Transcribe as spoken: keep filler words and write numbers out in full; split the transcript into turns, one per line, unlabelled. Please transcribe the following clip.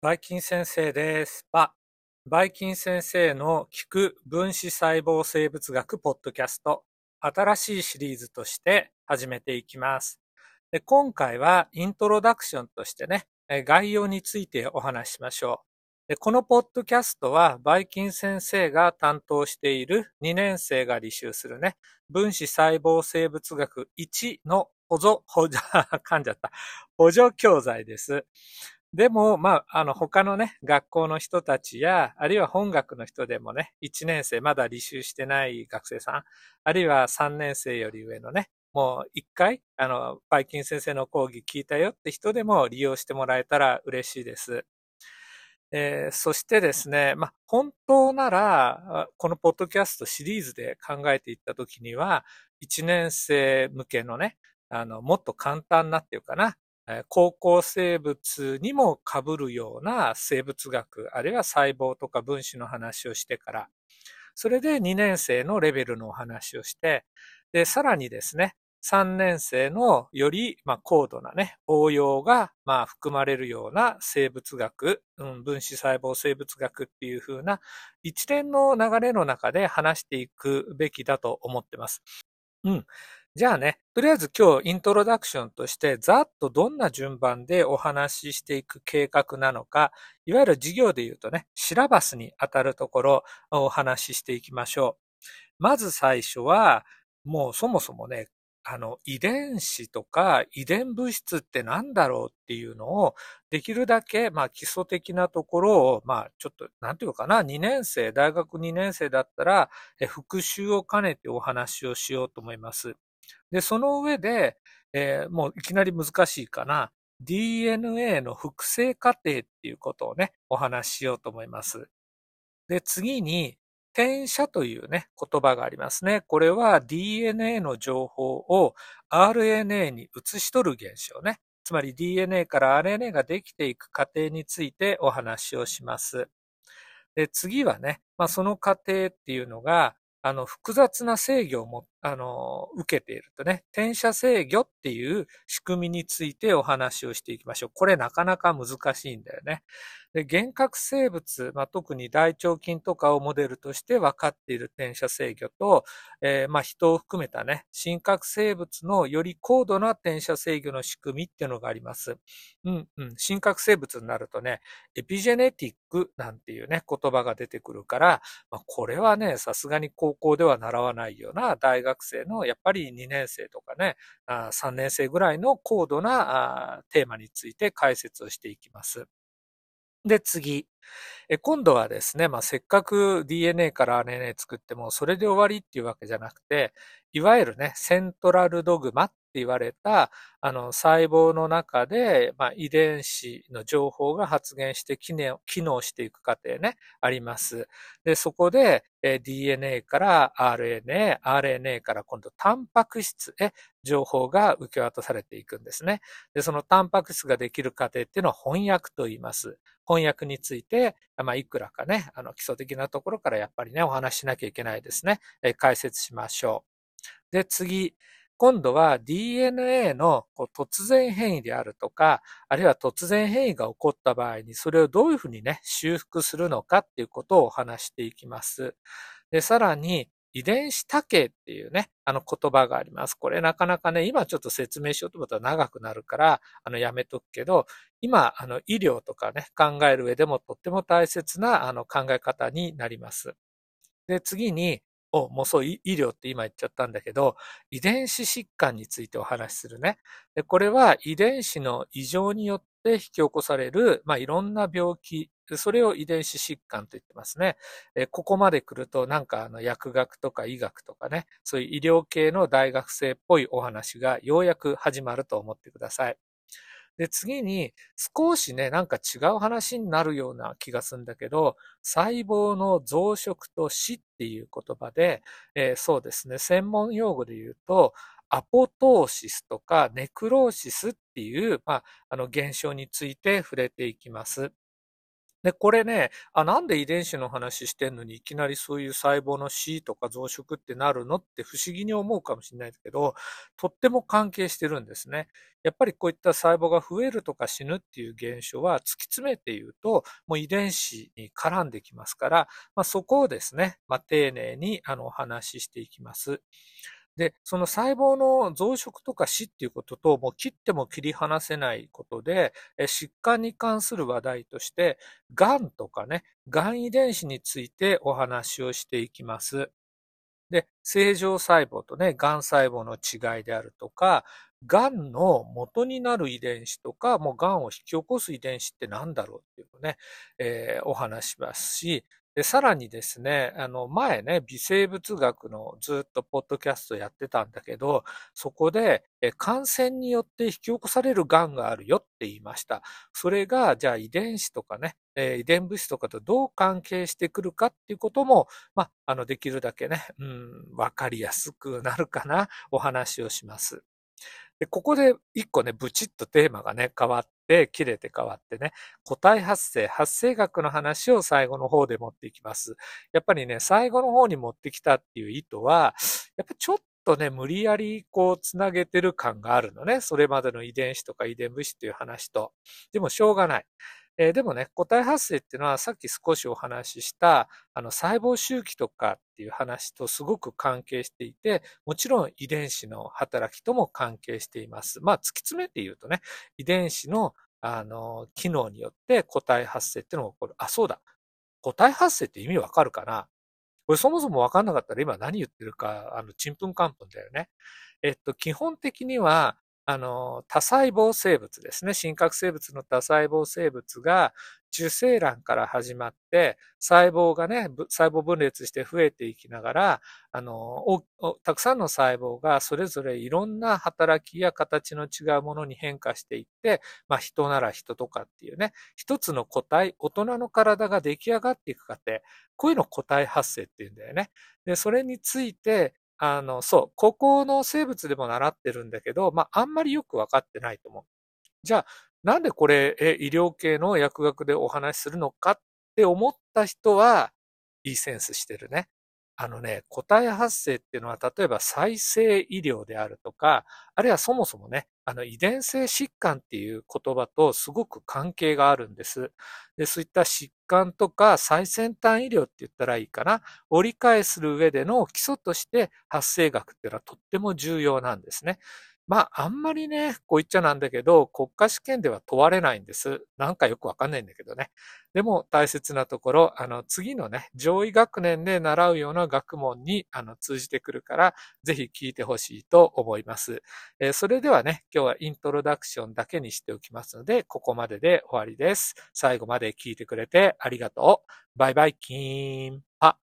バイキン先生です。バ、バイキン先生の聞く分子細胞生物学ポッドキャスト、新しいシリーズとして始めていきます。で、今回はイントロダクションとしてね、概要についてお話ししましょう。で、このポッドキャストはバイキン先生が担当しているにねん生が履修するね、分子細胞生物学いちの補助、補助、噛んじゃった。補助教材です。でも、まあ、あの、他のね、学校の人たちや、あるいは本学の人でもね、いちねん生、まだ履修してない学生さん、あるいはさんねん生より上のね、もう一回、あの、バイキン先生の講義聞いたよって人でも利用してもらえたら嬉しいです。えーそしてですね、まあ、本当なら、このポッドキャストシリーズで考えていったときには、いちねん生向けのね、あの、もっと簡単なっていうかな、高校生物にも被るような生物学、あるいは細胞とか分子の話をしてから、それでにねん生のレベルのお話をして、で、さらにですね、さんねん生のより、まあ、高度なね、応用が、まあ、含まれるような生物学、うん、分子細胞生物学っていう風な一連の流れの中で話していくべきだと思ってます。うん。じゃあね、とりあえず今日イントロダクションとしてざっとどんな順番でお話ししていく計画なのか、いわゆる授業で言うとね、シラバスに当たるところをお話ししていきましょう。まず最初は、もうそもそもね、あの、遺伝子とか遺伝物質って何だろうっていうのを、できるだけ、まあ基礎的なところを、まあちょっと、なんていうかな、にねん生、大学にねん生だったら、え復習を兼ねてお話をしようと思います。で、その上で、えーもういきなり難しいかな。ディーエヌエー の複製過程っていうことをね、お話ししようと思います。で、次に、転写というね、言葉がありますね。これは ディーエヌエー の情報を アールエヌエー に移し取る現象ね。つまり ディーエヌエー から アールエヌエー ができていく過程についてお話をします。で、次はね、まあ、その過程っていうのが、あの、複雑な制御をも、あの、受けているとね、転写制御っていう仕組みについてお話をしていきましょう。これなかなか難しいんだよね。で、幻覚生物、まあ、特に大腸菌とかをモデルとして分かっている転写制御と、えーまあ、人を含めたね、真核生物のより高度な転写制御の仕組みっていうのがあります。うんうん。真核生物になるとね、エピジェネティックなんていうね、言葉が出てくるから、まあ、これはね、さすがに高校では習わないような大学生の、やっぱりにねん生とかね、あさんねん生ぐらいの高度なあテーマについて解説をしていきます。で、次。え今度はですね、まあ、せっかく ディーエヌエー から アールエヌエー 作っても、それで終わりっていうわけじゃなくて、いわゆるね、セントラルドグマって言われた、あの、細胞の中で、まあ、遺伝子の情報が発現して機能機能していく過程ね、あります。で、そこで、え ディーエヌエー から アールエヌエー、アールエヌエー から今度タンパク質へ情報が受け渡されていくんですね。で、そのタンパク質ができる過程っていうのは翻訳と言います。翻訳について、まあ、いくらかね、あの、基礎的なところからやっぱりね、お話ししなきゃいけないですね。えー解説しましょう。で、次。今度は ディーエヌエー のこう突然変異であるとか、あるいは突然変異が起こった場合に、それをどういうふうにね、修復するのかっていうことをお話していきます。で、さらに、遺伝子多形っていうね、あの言葉があります。これなかなかね、今ちょっと説明しようと思ったら長くなるから、あの、やめとくけど、今、あの、医療とかね、考える上でもとっても大切な、あの、考え方になります。で、次に、お、もうそう、医療って今言っちゃったんだけど、遺伝子疾患についてお話しするね。で、これは遺伝子の異常によって引き起こされる、まあ、いろんな病気、それを遺伝子疾患と言ってますね。えここまで来ると、なんかあの薬学とか医学とかね、そういう医療系の大学生っぽいお話がようやく始まると思ってください。で、次に、少しね、なんか違う話になるような気がするんだけど、細胞の増殖と死っていう言葉で、えーそうですね、専門用語で言うと、アポトーシスとかネクローシスっていう、まあ、あの現象について触れていきます。 で、これね、あ、なんで遺伝子の話してんのにいきなりそういう細胞の死とか増殖ってなるのって不思議に思うかもしれないですけど、とっても関係してるんですね。やっぱりこういった細胞が増えるとか死ぬっていう現象は突き詰めて言うと、もう遺伝子に絡んできますから、まあ、そこをですね、まあ、丁寧にあのお話ししていきます。で、その細胞の増殖とか死っていうことと、もう切っても切り離せないことで、え疾患に関する話題として、がんとかね、がん遺伝子についてお話をしていきます。で、正常細胞とね、がん細胞の違いであるとか、がんの元になる遺伝子とか、もうがんを引き起こす遺伝子って何だろうっていうのをね、えーお話しますし、で、さらにですね、あの、前ね、微生物学のずっとポッドキャストやってたんだけど、そこで、え感染によって引き起こされるがんがあるよって言いました。それが、じゃあ遺伝子とかね、えー遺伝物質とかとどう関係してくるかっていうことも、まあ、あの、できるだけね、うん、わかりやすくなるかな、お話をします。で、ここで一個ね、ブチッとテーマがね、変わって、切れて変わってね、個体発生、発生学の話を最後の方で持っていきます。やっぱりね、最後の方に持ってきたっていう意図は、やっぱちょっとね、無理やりこう、つなげてる感があるのね。それまでの遺伝子とか遺伝物質っていう話と。でもしょうがない。えーでもね、個体発生っていうのはさっき少しお話しした、あの細胞周期とかっていう話とすごく関係していて、もちろん遺伝子の働きとも関係しています。まあ、突き詰めて言うとね、遺伝子の、あの、機能によって個体発生っていうのが起こる。あ、そうだ。個体発生って意味わかるかな？これそもそもわかんなかったら今何言ってるか、あの、ちんぷんかんぷんだよね。えっと、基本的には、あの、多細胞生物ですね。真核生物の多細胞生物が受精卵から始まって、細胞がね、細胞分裂して増えていきながら、あの、たくさんの細胞がそれぞれいろんな働きや形の違うものに変化していって、まあ人なら人とかっていうね、一つの個体、大人の体が出来上がっていく過程、こういうのを個体発生っていうんだよね。で、それについて、あの、そう、高校の生物でも習ってるんだけど、まあ、あんまりよくわかってないと思う。じゃあ、なんでこれ、え、医療系の薬学でお話しするのかって思った人は、いいセンスしてるね。あのね、個体発生っていうのは、例えば再生医療であるとか、あるいはそもそもね、あの遺伝性疾患っていう言葉とすごく関係があるんです。で、そういった疾患とか最先端医療って言ったらいいかな、を理解する上での基礎として発生学っていうのはとっても重要なんですね。まあ、あんまりね、こう言っちゃなんだけど、国家試験では問われないんです。なんかよくわかんないんだけどね。でも大切なところ、あの、次のね、上位学年で習うような学問に、あの、通じてくるから、ぜひ聞いてほしいと思います。えーそれではね、今日はイントロダクションだけにしておきますので、ここまでで終わりです。最後まで聞いてくれてありがとう。バイバイキーン。パ